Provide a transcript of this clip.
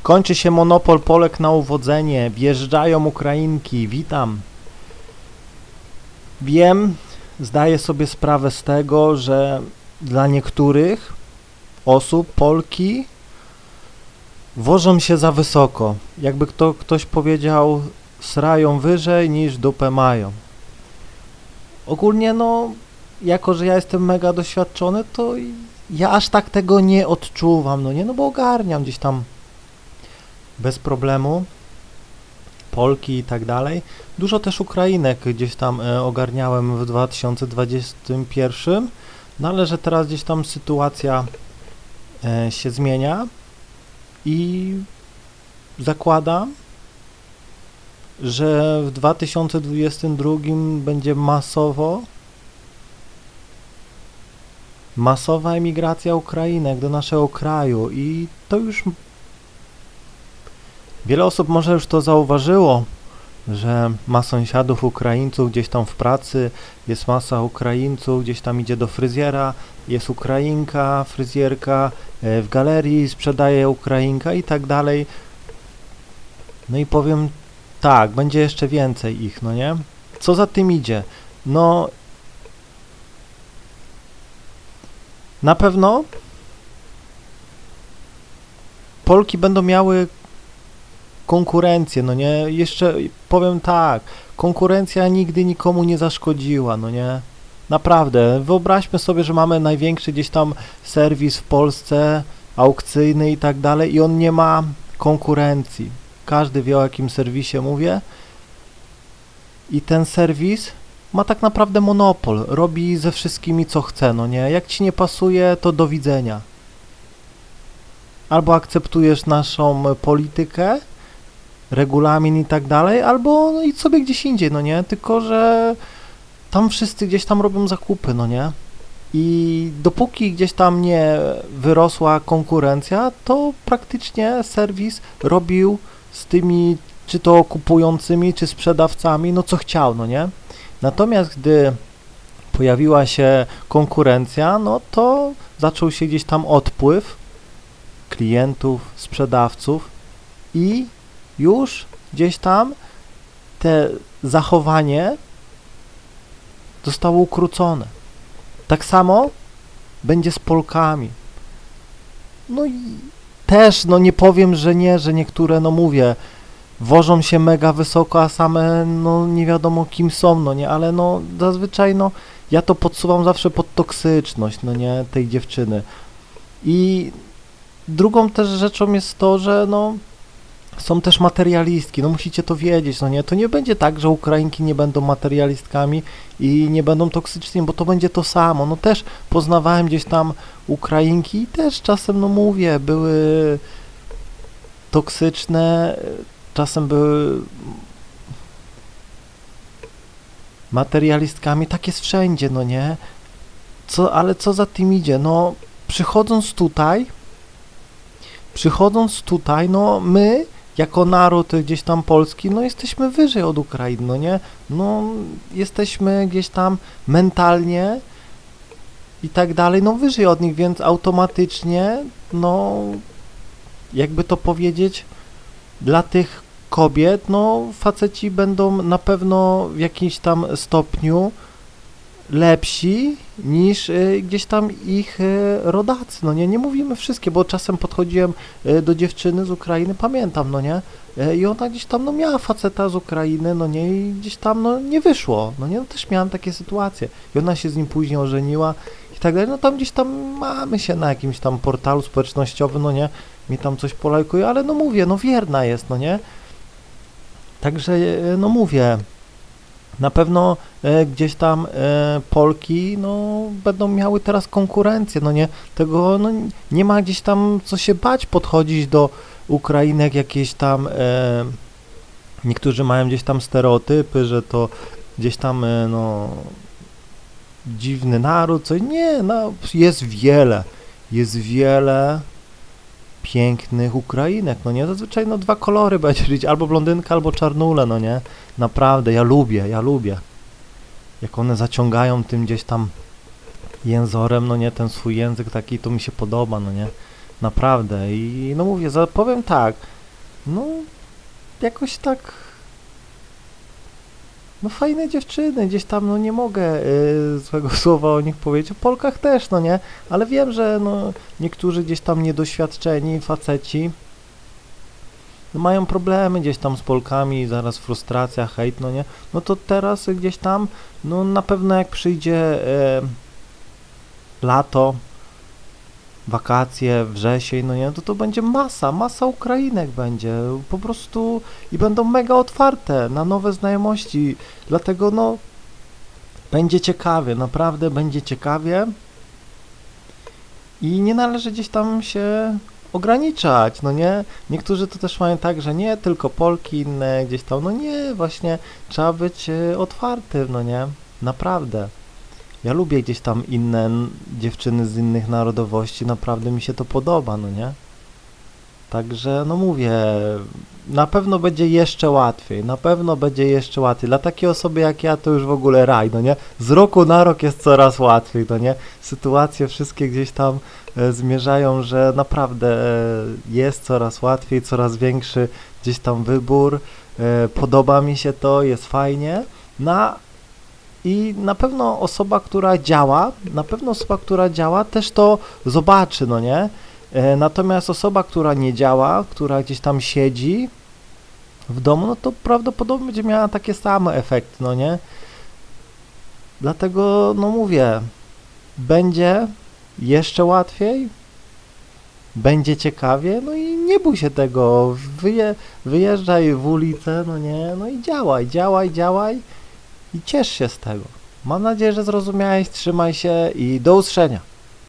Kończy się monopol Polek na uwodzenie, wjeżdżają Ukrainki, witam. Wiem, zdaję sobie sprawę z tego, że dla niektórych osób Polki wożą się za wysoko. Jakby ktoś powiedział, srają wyżej niż dupę mają. Ogólnie no, jako że ja jestem mega doświadczony, to ja aż tak tego nie odczuwam, no nie, no bo ogarniam gdzieś tam bez problemu Polki i tak dalej. Dużo też Ukrainek gdzieś tam ogarniałem w 2021, no ale że teraz gdzieś tam sytuacja się zmienia i zakładam, że w 2022 będzie masowa emigracja Ukrainek do naszego kraju i to już wiele osób może już to zauważyło, że ma sąsiadów Ukraińców gdzieś tam w pracy, jest masa Ukraińców, gdzieś tam idzie do fryzjera, jest Ukrainka, fryzjerka, w galerii sprzedaje Ukrainka i tak dalej. No i powiem tak, będzie jeszcze więcej ich, no nie? Co za tym idzie? No na pewno Polki będą miały konkurencję, no nie? Jeszcze powiem tak, konkurencja nigdy nikomu nie zaszkodziła, no nie? Naprawdę, wyobraźmy sobie, że mamy największy gdzieś tam serwis w Polsce, aukcyjny i tak dalej i on nie ma konkurencji. Każdy wie, o jakim serwisie mówię. I ten serwis ma tak naprawdę monopol, robi ze wszystkimi co chce, no nie? Jak ci nie pasuje, to do widzenia. Albo akceptujesz naszą politykę, regulamin i tak dalej, albo no idź sobie gdzieś indziej, no nie? Tylko że tam wszyscy gdzieś tam robią zakupy, no nie? I dopóki gdzieś tam nie wyrosła konkurencja, to praktycznie serwis robił z tymi, czy to kupującymi, czy sprzedawcami, no co chciał, no nie? Natomiast gdy pojawiła się konkurencja, no to zaczął się gdzieś tam odpływ klientów, sprzedawców i już gdzieś tam te zachowanie zostało ukrócone. Tak samo będzie z Polkami. No i też, no nie powiem, że nie, że niektóre, no mówię, wożą się mega wysoko, a same, no nie wiadomo kim są, no nie, ale no zazwyczaj, no ja to podsuwam zawsze pod toksyczność, no nie, tej dziewczyny. I drugą też rzeczą jest to, że no są też materialistki, no musicie to wiedzieć, no nie, to nie będzie tak, że Ukrainki nie będą materialistkami i nie będą toksyczni, bo to będzie to samo, no też poznawałem gdzieś tam Ukrainki i też czasem, no mówię, były toksyczne, czasem były materialistkami, tak jest wszędzie, no nie, ale co za tym idzie, no przychodząc tutaj, no my jako naród gdzieś tam polski, no jesteśmy wyżej od Ukrainy, no nie? No jesteśmy gdzieś tam mentalnie i tak dalej, no wyżej od nich, więc automatycznie, no jakby to powiedzieć, dla tych kobiet, no faceci będą na pewno w jakimś tam stopniu lepsi niż gdzieś tam ich rodacy, no nie, nie mówimy wszystkie, bo czasem podchodziłem do dziewczyny z Ukrainy, pamiętam, no nie, i ona gdzieś tam, no miała faceta z Ukrainy, no nie, i gdzieś tam, no nie wyszło, no nie, no też miałem takie sytuacje i ona się z nim później ożeniła i tak dalej, no tam gdzieś tam mamy się na jakimś tam portalu społecznościowym, no nie, mi tam coś polajkuje, ale no mówię, no wierna jest, no nie, także, no mówię, na pewno gdzieś tam Polki, no, będą miały teraz konkurencję, no nie, tego, no, nie ma gdzieś tam co się bać podchodzić do Ukrainek, jakieś tam, niektórzy mają gdzieś tam stereotypy, że to gdzieś tam, no, dziwny naród, co, nie, no, jest wiele pięknych Ukrainek, no nie, zazwyczaj, no, dwa kolory będzie żyć, albo blondynka, albo czarnule, no nie, naprawdę, ja lubię, jak one zaciągają tym gdzieś tam jęzorem, no nie, ten swój język taki, to mi się podoba, no nie, naprawdę. I no mówię, powiem tak, no jakoś tak, no fajne dziewczyny, gdzieś tam, no nie mogę złego słowa o nich powiedzieć, o Polkach też, no nie, ale wiem, że no niektórzy gdzieś tam niedoświadczeni faceci no, mają problemy gdzieś tam z Polkami, zaraz frustracja, hejt, no nie, no to teraz gdzieś tam, no na pewno jak przyjdzie lato, wakacje, wrzesień, no nie, to będzie masa Ukrainek będzie, po prostu i będą mega otwarte na nowe znajomości, dlatego no będzie ciekawie, naprawdę będzie ciekawie i nie należy gdzieś tam się ograniczać, no nie, niektórzy to też mają tak, że nie, tylko Polki inne gdzieś tam, no nie, właśnie trzeba być otwartym, no nie, naprawdę. Ja lubię gdzieś tam inne dziewczyny z innych narodowości, naprawdę mi się to podoba, no nie? Także, no mówię, na pewno będzie jeszcze łatwiej, na pewno będzie jeszcze łatwiej. Dla takiej osoby jak ja to już w ogóle raj, no nie? Z roku na rok jest coraz łatwiej, no nie? Sytuacje wszystkie gdzieś tam zmierzają, że naprawdę jest coraz łatwiej, coraz większy gdzieś tam wybór. Podoba mi się to, jest fajnie. I na pewno osoba, która działa, też to zobaczy, no nie? Natomiast osoba, która nie działa, która gdzieś tam siedzi w domu, no to prawdopodobnie będzie miała takie same efekty, no nie? Dlatego, no mówię, będzie jeszcze łatwiej, będzie ciekawie, no i nie bój się tego, wyjeżdżaj w ulicę, no nie? No i działaj i ciesz się z tego. Mam nadzieję, że zrozumiałeś, trzymaj się i do usłyszenia.